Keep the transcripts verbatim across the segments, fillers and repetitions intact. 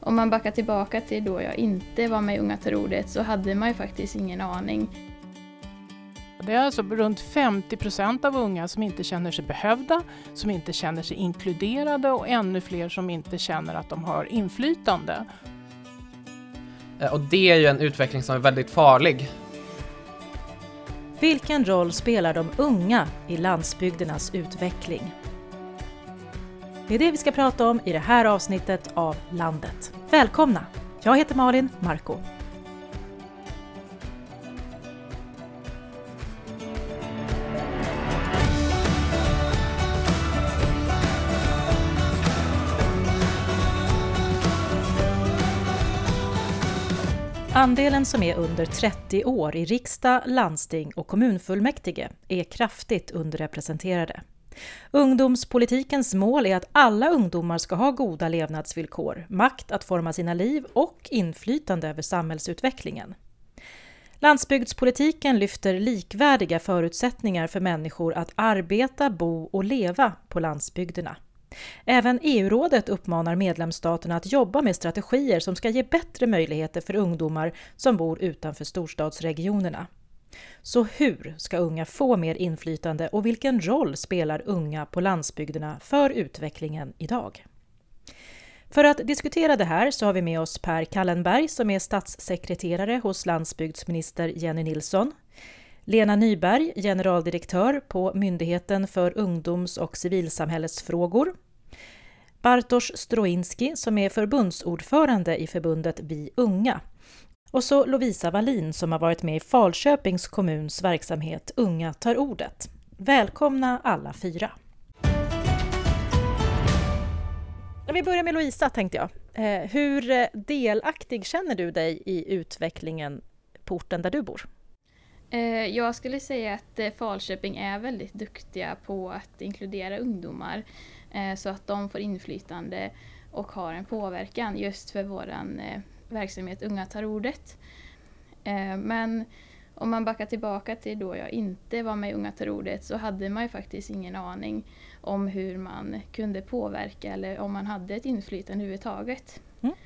Om man backar tillbaka till då jag inte var med i Unga tar ordet så hade man ju faktiskt ingen aning. Det är alltså runt femtio procent av unga som inte känner sig behövda, som inte känner sig inkluderade och ännu fler som inte känner att de har inflytande. Och det är ju en utveckling som är väldigt farlig. Vilken roll spelar de unga i landsbygdernas utveckling? Det är det vi ska prata om i det här avsnittet av Landet. Välkomna! Jag heter Malin Marko. Andelen som är under trettio år i riksdag, landsting och kommunfullmäktige är kraftigt underrepresenterade. Ungdomspolitikens mål är att alla ungdomar ska ha goda levnadsvillkor, makt att forma sina liv och inflytande över samhällsutvecklingen. Landsbygdspolitiken lyfter likvärdiga förutsättningar för människor att arbeta, bo och leva på landsbygderna. Även E U-rådet uppmanar medlemsstaterna att jobba med strategier som ska ge bättre möjligheter för ungdomar som bor utanför storstadsregionerna. Så hur ska unga få mer inflytande och vilken roll spelar unga på landsbygderna för utvecklingen idag? För att diskutera det här så har vi med oss Per Kallenberg som är statssekreterare hos landsbygdsminister Jenny Nilsson, Lena Nyberg, generaldirektör på Myndigheten för ungdoms- och civilsamhällesfrågor, Bartosz Stroinski som är förbundsordförande i förbundet Vi Unga och så Lovisa Wallin som har varit med i Falköpings kommuns verksamhet Unga tar ordet. Välkomna alla fyra. Vi börjar med Lovisa tänkte jag. Hur delaktig känner du dig i utvecklingen på orten där du bor? Jag skulle säga att Falköping är väldigt duktiga på att inkludera ungdomar så att de får inflytande och har en påverkan just för våran verksamhet Unga tar ordet. Men om man backar tillbaka till då jag inte var med i Unga tar ordet så hade man ju faktiskt ingen aning om hur man kunde påverka eller om man hade ett inflytande överhuvudtaget. Mm.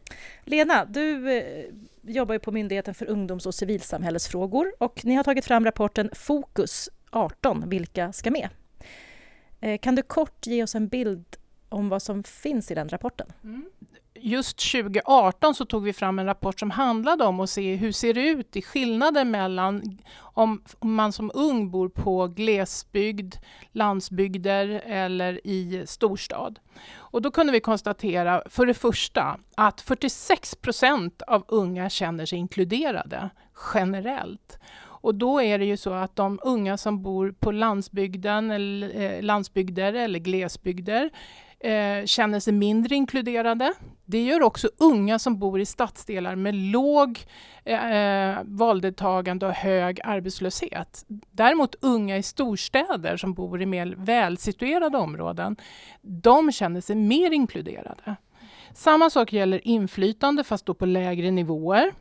Lena, du eh, jobbar ju på Myndigheten för ungdoms- och civilsamhällesfrågor och ni har tagit fram rapporten Fokus arton, vilka ska med? Eh, kan du kort ge oss en bild om vad som finns i den rapporten? Mm. Just tjugo arton så tog vi fram en rapport som handlade om att se hur ser det ut i skillnader mellan om, om man som ung bor på glesbygd, landsbygder eller i storstad. Och då kunde vi konstatera för det första att fyrtiosex procent av unga känner sig inkluderade generellt. Och då är det ju så att de unga som bor på landsbygden eller, eh, landsbygder eller glesbygder Eh, känner sig mindre inkluderade. Det gör också unga som bor i stadsdelar med låg eh, valdeltagande och hög arbetslöshet. Däremot unga i storstäder som bor i mer välsituerade områden, de känner sig mer inkluderade. Samma sak gäller inflytande fast då på lägre nivåer.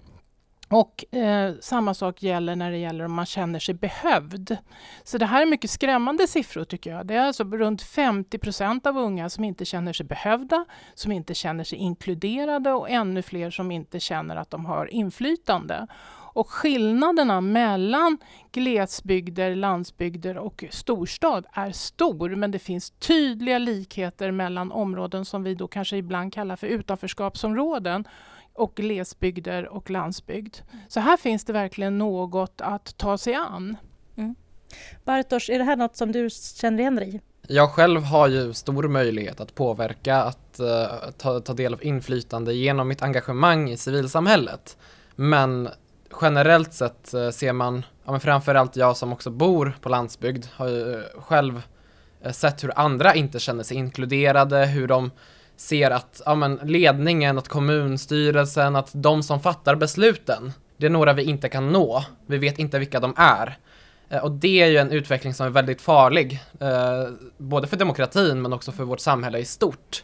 Och eh, samma sak gäller när det gäller om man känner sig behövd. Så det här är mycket skrämmande siffror tycker jag. Det är alltså runt femtio procent av unga som inte känner sig behövda, som inte känner sig inkluderade och ännu fler som inte känner att de har inflytande. Och skillnaderna mellan glesbygder, landsbygder och storstad är stor, men det finns tydliga likheter mellan områden som vi då kanske ibland kallar för utanförskapsområden och glesbygder och landsbygd. Så här finns det verkligen något att ta sig an. Mm. Bartosz, är det här något som du känner igen dig i? Jag själv har ju stor möjlighet att påverka, att uh, ta, ta del av inflytande genom mitt engagemang i civilsamhället. Men generellt sett uh, ser man, ja, men framförallt jag som också bor på landsbygd, har ju uh, själv uh, sett hur andra inte känner sig inkluderade, hur de ser att ja, men ledningen, att kommunstyrelsen, att de som fattar besluten, det är några vi inte kan nå. Vi vet inte vilka de är. Eh, och det är ju en utveckling som är väldigt farlig. Eh, både för demokratin men också för vårt samhälle i stort.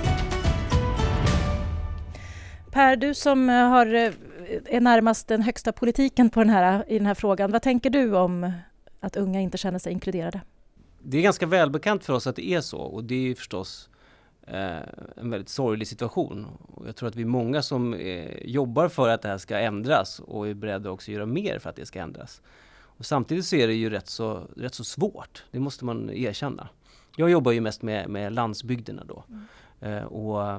Per, du som har, är närmast den högsta politiken på den här, i den här frågan. Vad tänker du om att unga inte känner sig inkluderade? Det är ganska välbekant för oss att det är så, och det är förstås eh, en väldigt sorglig situation. Och jag tror att vi är många som eh, jobbar för att det här ska ändras och är beredda också att göra mer för att det ska ändras. Och samtidigt så är det ju rätt så, rätt så svårt, det måste man erkänna. Jag jobbar ju mest med, med landsbygderna då. Mm. Uh, och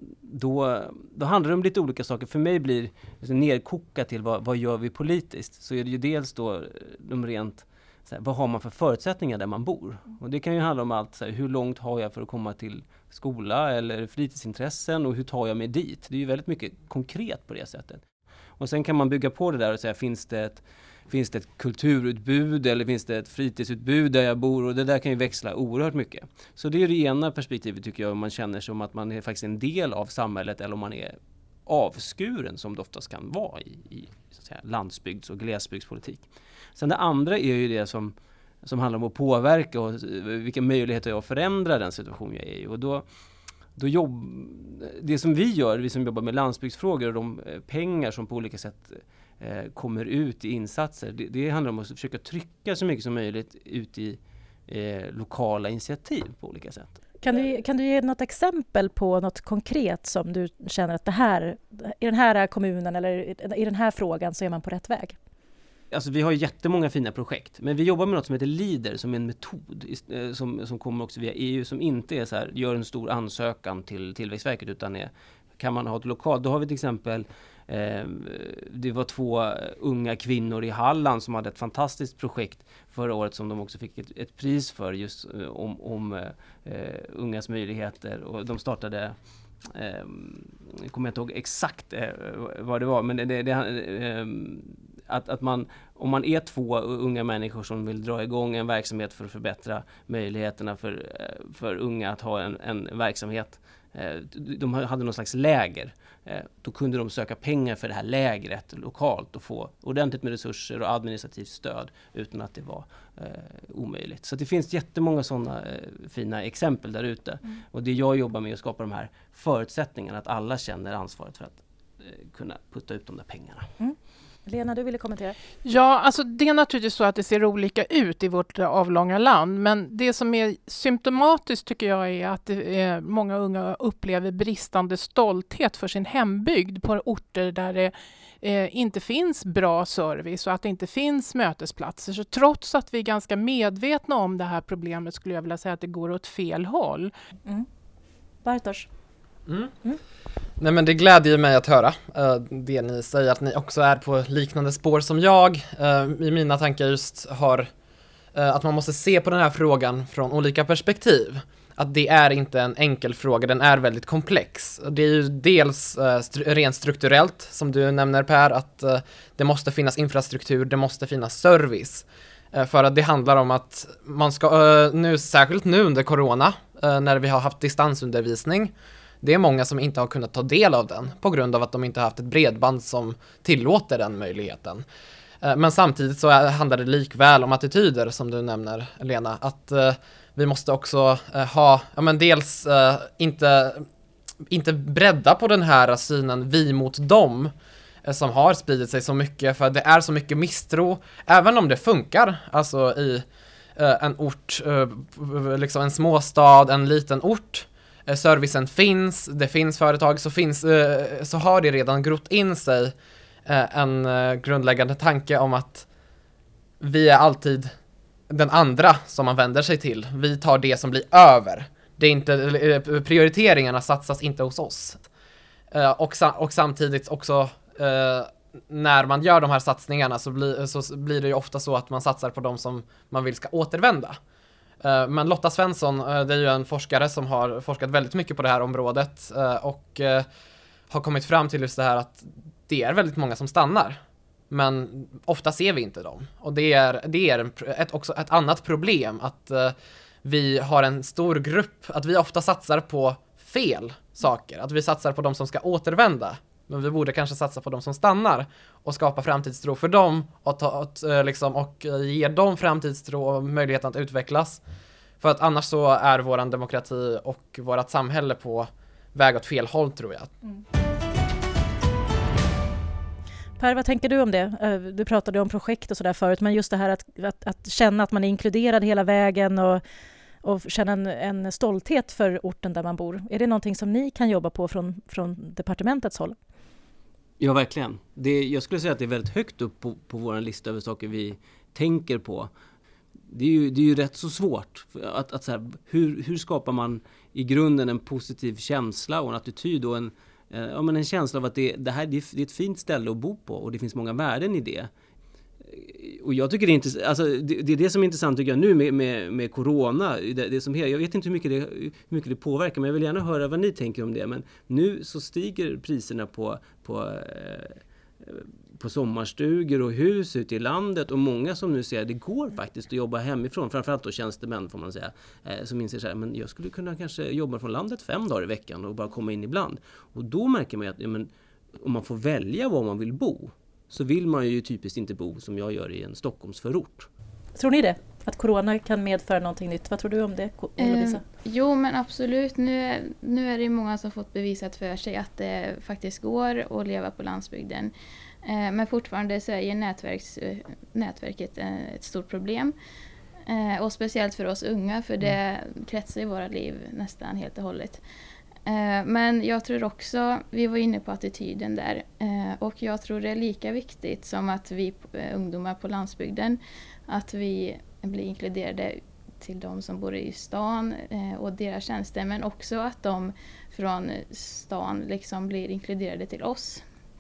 då, då handlar det om lite olika saker. För mig blir det nedkokat till vad, vad gör vi politiskt. Så är det ju dels då de rent, så här, vad har man för förutsättningar där man bor. Och det kan ju handla om allt, så här, hur långt har jag för att komma till skola eller fritidsintressen och hur tar jag mig dit. Det är ju väldigt mycket konkret på det sättet. Och sen kan man bygga på det där och säga, finns det ett Finns det ett kulturutbud eller finns det ett fritidsutbud där jag bor? Och det där kan ju växla oerhört mycket. Så det är det ena perspektivet tycker jag, om man känner som att man är faktiskt en del av samhället eller om man är avskuren som det oftast kan vara i, i så att säga, landsbygds- och glesbygdspolitik. Sen det andra är ju det som, som handlar om att påverka och vilka möjligheter jag har att förändra den situation jag är i. Och då, då jobb, det som vi gör, vi som jobbar med landsbygdsfrågor och de pengar som på olika sätt kommer ut i insatser. Det, det handlar om att försöka trycka så mycket som möjligt ut i eh, lokala initiativ på olika sätt. Kan du, kan du ge något exempel på något konkret som du känner att det här, i den här kommunen eller i den här frågan så är man på rätt väg? Alltså vi har jättemånga fina projekt, men vi jobbar med något som heter LEADER som är en metod som, som kommer också via E U som inte är så här, gör en stor ansökan till Tillväxtverket utan är, kan man ha ett lokalt. Då har vi till exempel Eh, det var två unga kvinnor i Halland som hade ett fantastiskt projekt förra året som de också fick ett, ett pris för just eh, om, om eh, ungas möjligheter och de startade eh, jag kommer inte ihåg exakt eh, vad det var men det, det, eh, att, att man om man är två unga människor som vill dra igång en verksamhet för att förbättra möjligheterna för, för unga att ha en, en verksamhet. De hade någon slags läger. Då kunde de söka pengar för det här lägret lokalt och få ordentligt med resurser och administrativt stöd utan att det var eh, omöjligt. Så det finns jättemånga sådana eh, fina exempel där ute. Mm. Och det jag jobbar med är att skapa de här förutsättningarna att alla känner ansvaret för att eh, kunna putta ut de där pengarna. Mm. Lena, du ville kommentera? Ja, alltså det är naturligtvis så att det ser olika ut i vårt avlånga land. Men det som är symptomatiskt tycker jag är att det är många unga upplever bristande stolthet för sin hembygd på orter där det eh, inte finns bra service och att det inte finns mötesplatser. Så trots att vi är ganska medvetna om det här problemet skulle jag vilja säga att det går åt fel håll. Mm. Bartosz? Mm. Mm. Nej men det glädjer mig att höra uh, det ni säger att ni också är på liknande spår som jag. Uh, I mina tankar just har uh, att man måste se på den här frågan från olika perspektiv. Att det är inte en enkel fråga, den är väldigt komplex. Det är ju dels uh, stru- rent strukturellt som du nämner Per, att uh, det måste finnas infrastruktur, det måste finnas service. Uh, för att det handlar om att man ska, uh, nu, särskilt nu under corona, uh, när vi har haft distansundervisning, det är många som inte har kunnat ta del av den på grund av att de inte har haft ett bredband som tillåter den möjligheten. Men samtidigt så handlar det likväl om attityder som du nämner, Lena. Att uh, vi måste också uh, ha, ja men dels uh, inte, inte bredda på den här synen vi mot dem uh, som har spridit sig så mycket. För det är så mycket misstro, även om det funkar. Alltså i uh, en ort, uh, liksom en småstad, en liten ort. Servicen finns, det finns företag, så, finns, så har det redan grott in sig en grundläggande tanke om att vi är alltid den andra som man vänder sig till. Vi tar det som blir över. Det är inte, prioriteringarna satsas inte hos oss. Och, och samtidigt också när man gör de här satsningarna så blir, så blir det ju ofta så att man satsar på de som man vill ska återvända. Men Lotta Svensson, det är ju en forskare som har forskat väldigt mycket på det här området och har kommit fram till just det här att det är väldigt många som stannar. Men ofta ser vi inte dem. Och det är, det är ett, också ett annat problem att vi har en stor grupp, att vi ofta satsar på fel saker. Att vi satsar på de som ska återvända. Men vi borde kanske satsa på de som stannar och skapa framtidstro för dem och, ta, och, liksom, och ge dem framtidstro och möjligheten att utvecklas. För att annars så är våran demokrati och vårat samhälle på väg åt fel håll, tror jag. Mm. Per, vad tänker du om det? Du pratade om projekt och sådär förut, men just det här att, att, att känna att man är inkluderad hela vägen och, och känna en, en stolthet för orten där man bor. Är det någonting som ni kan jobba på från, från departementets håll? Ja, verkligen. Det, jag skulle säga att det är väldigt högt upp på, på vår lista över saker vi tänker på. Det är ju, det är ju rätt så svårt. Att, att så här, hur, hur skapar man i grunden en positiv känsla och en attityd och en, eh, ja, men en känsla av att det, det här det är ett fint ställe att bo på och det finns många värden i det. Och jag tycker det är intressant, alltså det, det är det som är intressant tycker jag nu med, med, med corona. Det, det som här, jag vet inte hur mycket, det, hur mycket det påverkar, men jag vill gärna höra vad ni tänker om det. Men nu så stiger priserna på, på, eh, på sommarstugor och hus ute i landet. Och många som nu säger att det går faktiskt att jobba hemifrån. Framförallt då tjänstemän får man säga. Eh, som inser så här, men jag skulle kunna kanske jobba från landet fem dagar i veckan och bara komma in ibland. Och då märker man att ja, men, om man får välja var man vill bo, så vill man ju typiskt inte bo som jag gör i en Stockholmsförort. Tror ni det? Att corona kan medföra någonting nytt? Vad tror du om det, Lovisa? Eh, jo, men absolut. Nu är, nu är det många som fått bevisat för sig att det faktiskt går att leva på landsbygden. Eh, men fortfarande så är ju nätverks, nätverket ett stort problem. Eh, och speciellt för oss unga, för det kretsar i våra liv nästan helt och hållet. Men jag tror också, vi var inne på attityden där, och jag tror det är lika viktigt som att vi ungdomar på landsbygden, att vi blir inkluderade till de som bor i stan och deras tjänster, men också att de från stan liksom blir inkluderade till oss.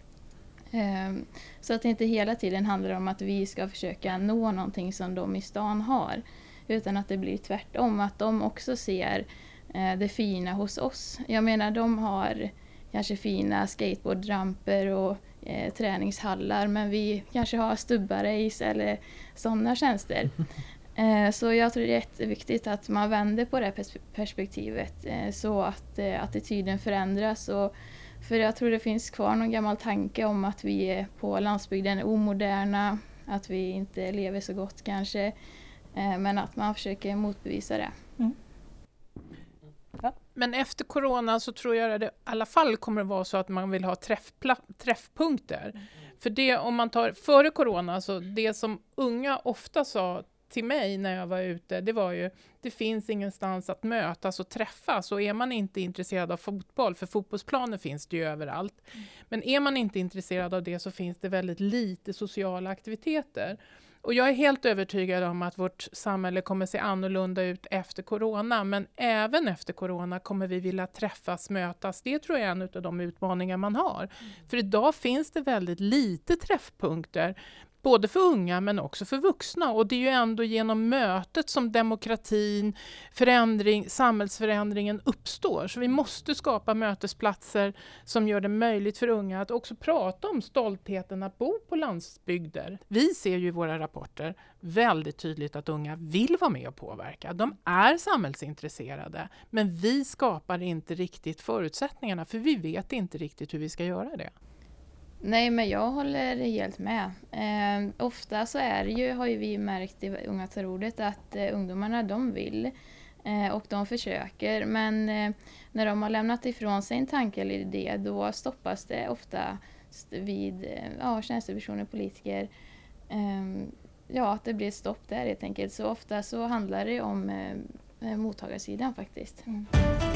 Så att det inte hela tiden handlar om att vi ska försöka nå någonting som de i stan har, utan att det blir tvärtom, att de också ser det fina hos oss. Jag menar, de har kanske fina skateboardramper och eh, träningshallar, men vi kanske har stubbarrace eller sådana tjänster. Eh, så jag tror det är jätteviktigt att man vänder på det pers- perspektivet eh, så att eh, attityden förändras. Och, för jag tror det finns kvar någon gammal tanke om att vi är på landsbygden omoderna, att vi inte lever så gott kanske, eh, men att man försöker motbevisa det. Mm. Ja. Men efter corona så tror jag att det i alla fall kommer att vara så att man vill ha träffpla- träffpunkter. Mm. För det, om man tar före corona, så det som unga ofta sa till mig när jag var ute, det var ju, det finns ingenstans att mötas och träffas. Och är man inte intresserad av fotboll, för fotbollsplaner finns det ju överallt. Mm. Men är man inte intresserad av det så finns det väldigt lite sociala aktiviteter. Och jag är helt övertygad om att vårt samhälle kommer se annorlunda ut efter corona. Men även efter corona kommer vi vilja träffas, mötas. Det tror jag är en av de utmaningar man har. Mm. För idag finns det väldigt lite träffpunkter. Både för unga men också för vuxna. Och det är ju ändå genom mötet som demokratin, förändring, samhällsförändringen uppstår. Så vi måste skapa mötesplatser som gör det möjligt för unga att också prata om stoltheten att bo på landsbygder. Vi ser ju i våra rapporter väldigt tydligt att unga vill vara med och påverka. De är samhällsintresserade, men vi skapar inte riktigt förutsättningarna, för vi vet inte riktigt hur vi ska göra det. Nej, men jag håller helt med. Eh, ofta så är det ju, har ju vi märkt i Unga tar ordet att eh, ungdomarna de vill eh, och de försöker. Men eh, när de har lämnat ifrån sig en tanke eller idé, då stoppas det ofta vid eh, ja, tjänstepersoner, politiker. Eh, ja, att det blir stopp där helt enkelt. Så ofta så handlar det om eh, mottagarsidan faktiskt. Mm.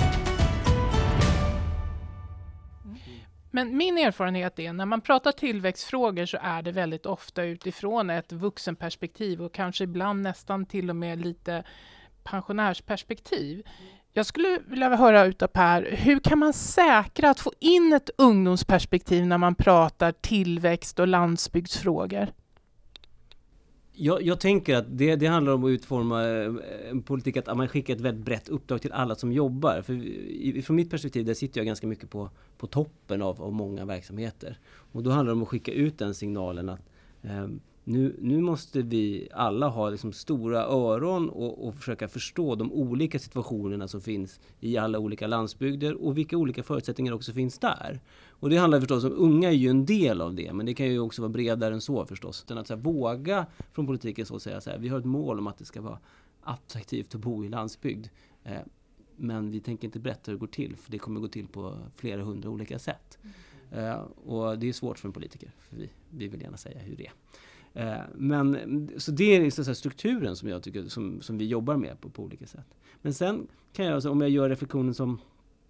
Men min erfarenhet är, när man pratar tillväxtfrågor så är det väldigt ofta utifrån ett vuxenperspektiv och kanske ibland nästan till och med lite pensionärsperspektiv. Jag skulle vilja höra utav Per, hur kan man säkra att få in ett ungdomsperspektiv när man pratar tillväxt och landsbygdsfrågor? Jag, jag tänker att det, det handlar om att utforma en politik, att man skickar ett väldigt brett uppdrag till alla som jobbar. För i, från mitt perspektiv där sitter jag ganska mycket på, på toppen av, av många verksamheter. Och då handlar det om att skicka ut den signalen att eh, nu, nu måste vi alla ha liksom stora öron och, och försöka förstå de olika situationerna som finns i alla olika landsbygder och vilka olika förutsättningar också finns där. Och det handlar förstås om, unga är ju en del av det, men det kan ju också vara bredare än så förstås. Utan att så här, våga från politiken så säga så här, vi har ett mål om att det ska vara attraktivt att bo i landsbygd. Eh, men vi tänker inte berätta hur det går till, för det kommer gå till på flera hundra olika sätt. Eh, och det är svårt för en politiker, för vi, vi vill gärna säga hur det är. Eh, men, så det är så, så här, strukturen som jag tycker som, som vi jobbar med på, på olika sätt. Men sen kan jag, alltså, om jag gör reflektionen som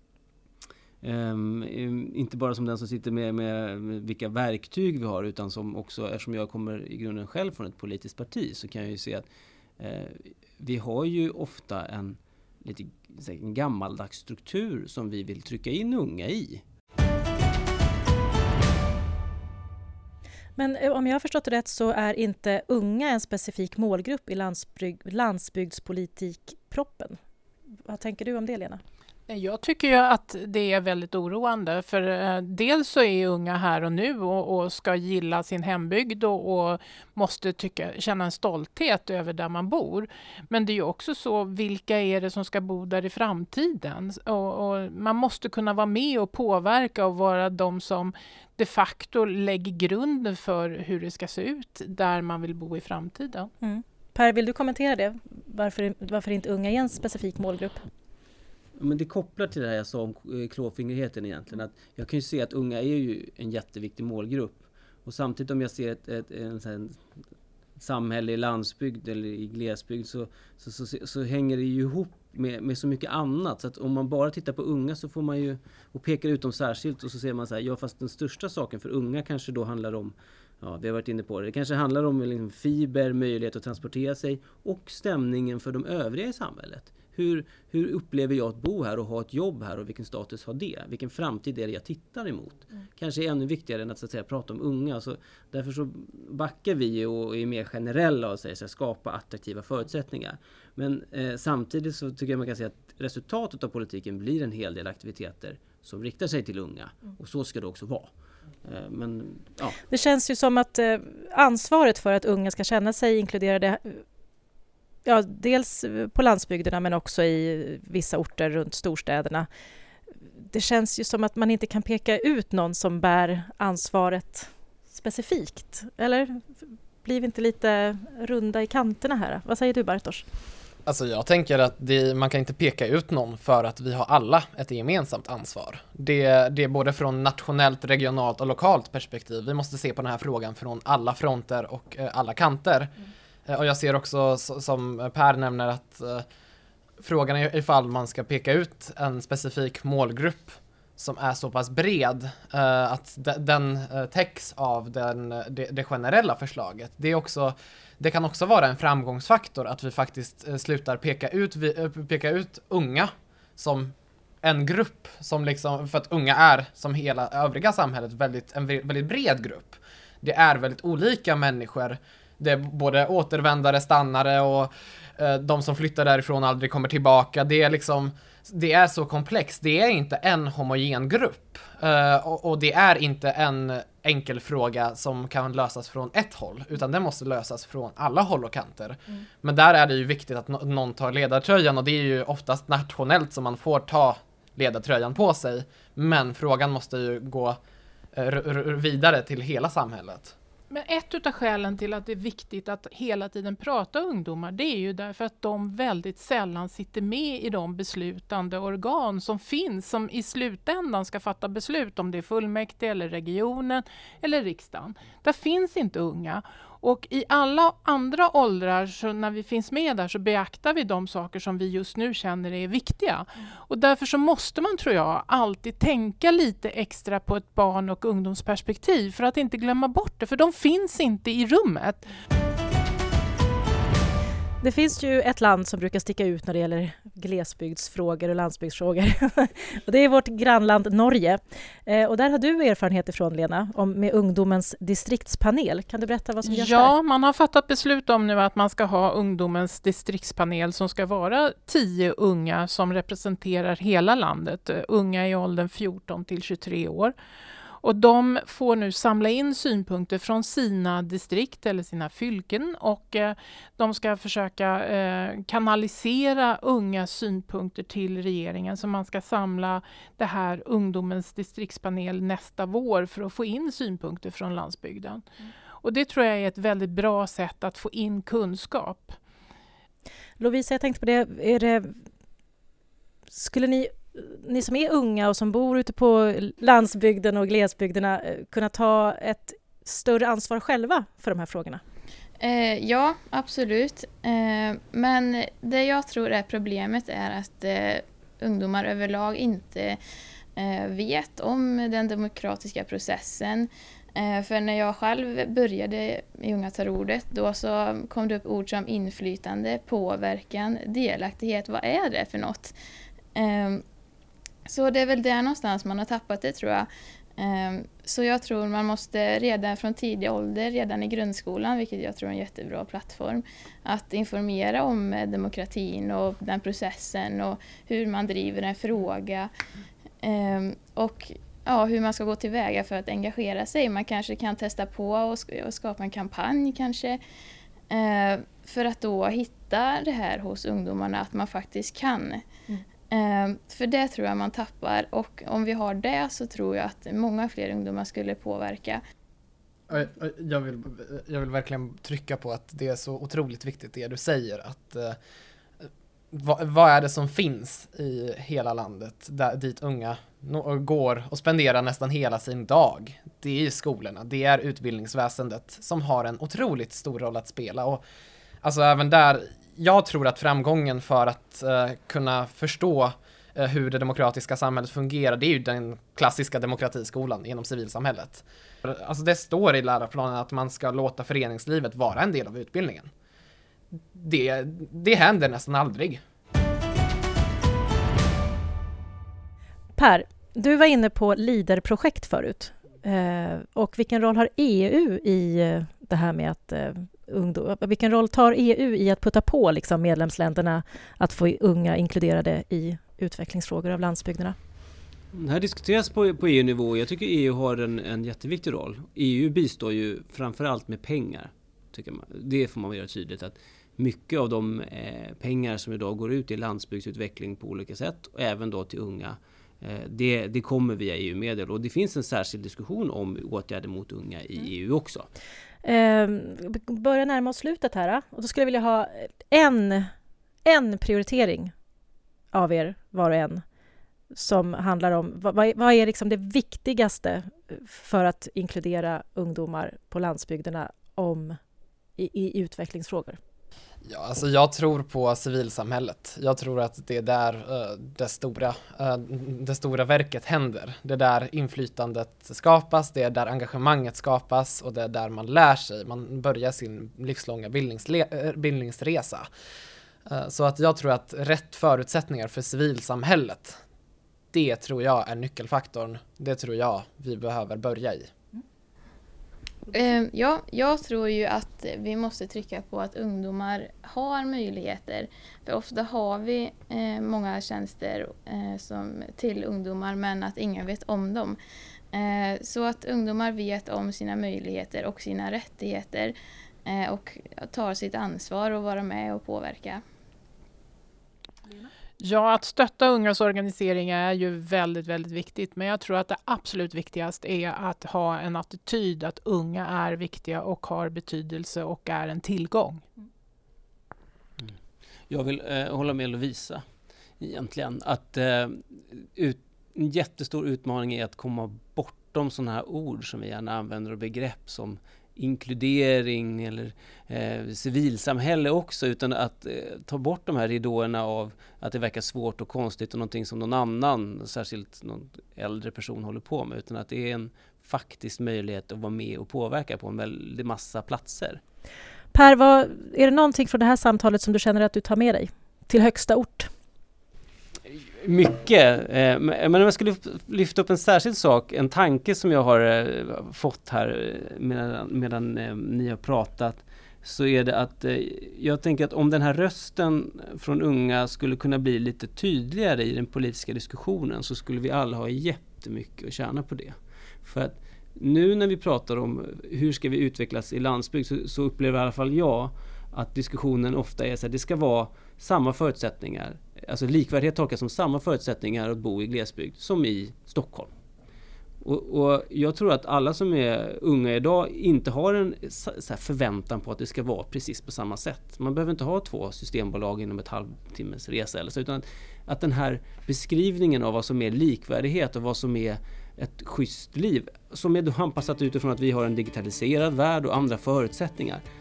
Um, inte bara som den som sitter med, med, med vilka verktyg vi har, utan som också, eftersom jag kommer i grunden själv från ett politiskt parti, så kan jag ju se att eh, vi har ju ofta en lite en gammaldags struktur som vi vill trycka in unga i. Men om jag har förstått det rätt så är inte unga en specifik målgrupp i landsbygd, landsbygdspolitikproppen. Vad tänker du om det, Lena? Jag tycker ju att det är väldigt oroande, för eh, dels så är unga här och nu och, och ska gilla sin hembygd och, och måste tycka, känna en stolthet över där man bor. Men det är ju också så, vilka är det som ska bo där i framtiden? Och, och man måste kunna vara med och påverka och vara de som de facto lägger grunden för hur det ska se ut där man vill bo i framtiden. Mm. Per, vill du kommentera det? Varför, varför inte unga är en specifik målgrupp? Men det kopplar till det här jag sa om klåfingrigheten egentligen. Att jag kan ju se att unga är ju en jätteviktig målgrupp. Och samtidigt om jag ser ett, ett, en, en samhälle i landsbygd eller i glesbygd så, så, så, så hänger det ju ihop med, med så mycket annat. Så att om man bara tittar på unga så får man ju, och pekar ut dem särskilt, och så ser man så här, ja fast den största saken för unga kanske då handlar om, ja vi har varit inne på det, det kanske handlar om liksom fiber, möjlighet att transportera sig och stämningen för de övriga i samhället. Hur, hur upplever jag att bo här och ha ett jobb här, och vilken status har det? Vilken framtid är det jag tittar emot? Mm. Kanske är ännu viktigare än att, så att säga, prata om unga. Så därför så backar vi och är mer generella och säger så här, skapa attraktiva förutsättningar. Men eh, samtidigt så tycker jag man kan säga att resultatet av politiken blir en hel del aktiviteter som riktar sig till unga. Mm. Och så ska det också vara. Eh, men, ja. Det känns ju som att eh, ansvaret för att unga ska känna sig inkluderade, ja, dels på landsbygderna men också i vissa orter runt storstäderna. Det känns ju som att man inte kan peka ut någon som bär ansvaret specifikt. Eller blir vi inte lite runda i kanterna här? Vad säger du, Bartosz? Alltså jag tänker att det, man kan inte peka ut någon, för att vi har alla ett gemensamt ansvar. Det, det är både från nationellt, regionalt och lokalt perspektiv. Vi måste se på den här frågan från alla fronter och eh, alla kanter. Mm. Och jag ser också, som Per nämner, att uh, frågan är ifall man ska peka ut en specifik målgrupp som är så pass bred uh, att de, den uh, täcks av den, det, det generella förslaget. Det, är också, det kan också vara en framgångsfaktor att vi faktiskt uh, slutar peka ut, vi, uh, peka ut unga som en grupp, som liksom, för att unga är som hela övriga samhället väldigt, en väldigt bred grupp. Det är väldigt olika människor. Det är både återvändare, stannare och eh, de som flyttar därifrån och aldrig kommer tillbaka. Det är liksom, det är så komplext. Det är inte en homogen grupp. Eh, och, och det är inte en enkel fråga som kan lösas från ett håll, utan det måste lösas från alla håll och kanter. Mm. Men där är det ju viktigt att no- någon tar ledartröjan, och det är ju oftast nationellt som man får ta ledartröjan på sig. Men frågan måste ju gå eh, r- r- vidare till hela samhället. Men ett utav skälen till att det är viktigt att hela tiden prata ungdomar, det är ju därför att de väldigt sällan sitter med i de beslutande organ som finns, som i slutändan ska fatta beslut, om det är fullmäktige eller regionen eller riksdagen. Där finns inte unga. Och i alla andra åldrar, så när vi finns med där, så beaktar vi de saker som vi just nu känner är viktiga. Mm. Och därför så måste man, tror jag, alltid tänka lite extra på ett barn- och ungdomsperspektiv för att inte glömma bort det, för de finns inte i rummet. Det finns ju ett land som brukar sticka ut när det gäller glesbygdsfrågor och landsbygdsfrågor. Och det är vårt grannland Norge. Eh, och där har du erfarenhet ifrån, Lena, om, med ungdomens distriktspanel. Kan du berätta vad som görs Ja, där? Man har fattat beslut om nu att man ska ha ungdomens distriktspanel som ska vara tio unga som representerar hela landet. Unga i åldern fjorton till tjugotre år. Och de får nu samla in synpunkter från sina distrikt eller sina fylken, och eh, de ska försöka eh, kanalisera unga synpunkter till regeringen, så man ska samla det här ungdomens distriktspanel nästa vår för att få in synpunkter från landsbygden. Mm. Och det tror jag är ett väldigt bra sätt att få in kunskap. Lovisa, jag tänkte på det. Är det skulle ni Ni som är unga och som bor ute på landsbygden och glesbygderna kunna ta ett större ansvar själva för de här frågorna? Eh, ja, absolut. Eh, men det jag tror är problemet är att eh, ungdomar överlag inte eh, vet om den demokratiska processen. Eh, för när jag själv började i Unga tar ordet, då så kom det upp ord som inflytande, påverkan, delaktighet. Vad är det för något? Eh, så det är väl där någonstans man har tappat det, tror jag. Så jag tror man måste redan från tidig ålder, redan i grundskolan, vilket jag tror är en jättebra plattform, att informera om demokratin och den processen och hur man driver en fråga och ja, hur man ska gå tillväga för att engagera sig. Man kanske kan testa på och skapa en kampanj kanske för att då hitta det här hos ungdomarna att man faktiskt kan. Mm. Uh, för det tror jag man tappar, och om vi har det så tror jag att många fler ungdomar skulle påverka. Jag vill, jag vill verkligen trycka på att det är så otroligt viktigt det du säger, att uh, vad, vad är det som finns i hela landet där, dit unga no- går och spenderar nästan hela sin dag. Det är skolorna, det är utbildningsväsendet som har en otroligt stor roll att spela, och alltså även där. Jag tror att framgången för att uh, kunna förstå uh, hur det demokratiska samhället fungerar, det är ju den klassiska demokratiskolan genom civilsamhället. Alltså det står i läroplanen att man ska låta föreningslivet vara en del av utbildningen. Det, det händer nästan aldrig. Per, du var inne på LEADER-projekt förut. Uh, och vilken roll har E U i uh, det här med att... Uh, Ungdom. Vilken roll tar E U i att putta på liksom medlemsländerna att få unga inkluderade i utvecklingsfrågor av landsbygderna? Det här diskuteras på, på E U-nivå. Jag tycker E U har en, en jätteviktig roll. E U bistår ju framförallt med pengar. Tycker man. Det får man göra tydligt, att mycket av de eh, pengar som idag går ut i landsbygdsutveckling på olika sätt, och även då till unga, eh, det, det kommer via E U-medel. Och det finns en särskild diskussion om åtgärder mot unga i mm. E U också. Eh, börja närma oss slutet här, och då skulle jag vilja ha en, en prioritering av er var och en som handlar om vad, vad är liksom det viktigaste för att inkludera ungdomar på landsbygderna om i, i utvecklingsfrågor. Ja, alltså jag tror på civilsamhället. Jag tror att det är där uh, det, stora, uh, det stora verket händer. Det är där inflytandet skapas, det är där engagemanget skapas, och det är där man lär sig. Man börjar sin livslånga bildningsle- bildningsresa. Uh, så att jag tror att rätt förutsättningar för civilsamhället, det tror jag är nyckelfaktorn. Det tror jag vi behöver börja i. Ja, jag tror ju att vi måste trycka på att ungdomar har möjligheter. För ofta har vi eh, många tjänster eh, som, till ungdomar, men att ingen vet om dem. Eh, så att ungdomar vet om sina möjligheter och sina rättigheter eh, och tar sitt ansvar och vara med och påverka. Ja, att stötta ungas organisering är ju väldigt, väldigt viktigt. Men jag tror att det absolut viktigaste är att ha en attityd att unga är viktiga och har betydelse och är en tillgång. Mm. Jag vill eh, hålla med Lovisa egentligen. Att eh, ut, en jättestor utmaning är att komma bortom sådana här ord som vi gärna använder, och begrepp som inkludering eller eh, civilsamhälle också, utan att eh, ta bort de här ridåerna av att det verkar svårt och konstigt och någonting som någon annan, särskilt någon äldre person, håller på med, utan att det är en faktisk möjlighet att vara med och påverka på en väldig massa platser. Per, vad, är det någonting från det här samtalet som du känner att du tar med dig till högsta ort? Mycket, eh, men om jag skulle lyfta upp en särskild sak, en tanke som jag har eh, fått här medan, medan eh, ni har pratat, så är det att eh, jag tänker att om den här rösten från unga skulle kunna bli lite tydligare i den politiska diskussionen, så skulle vi alla ha jättemycket att tjäna på det. För att nu när vi pratar om hur ska vi utvecklas i landsbygd, så, så upplever i alla fall jag att diskussionen ofta är så att det ska vara samma förutsättningar. Alltså likvärdighet tolkas som samma förutsättningar att bo i glesbygd som i Stockholm. Och, och jag tror att alla som är unga idag inte har en så här förväntan på att det ska vara precis på samma sätt. Man behöver inte ha två systembolag inom ett halvtimmes resa eller så, utan att, att den här beskrivningen av vad som är likvärdighet och vad som är ett schysst liv, som är då anpassat utifrån att vi har en digitaliserad värld och andra förutsättningar,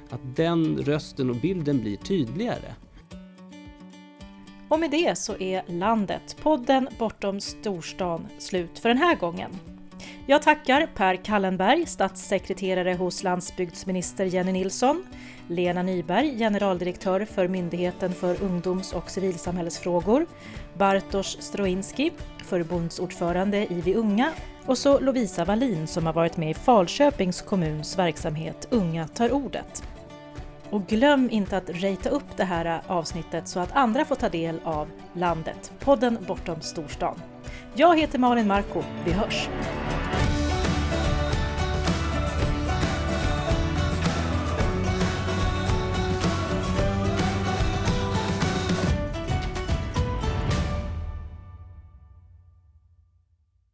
att den rösten och bilden blir tydligare. Och med det så är Landet, podden bortom storstan, slut för den här gången. Jag tackar Per Kallenberg, statssekreterare hos landsbygdsminister Jenny Nilsson, Lena Nyberg, generaldirektör för Myndigheten för ungdoms- och civilsamhällesfrågor, Bartosz Stroinski, förbundsordförande i Vi Unga, och så Lovisa Wallin som har varit med i Falköpings kommuns verksamhet Unga tar ordet. Och glöm inte att rata upp det här avsnittet så att andra får ta del av Landet, podden bortom storstan. Jag heter Malin Marko, vi hörs!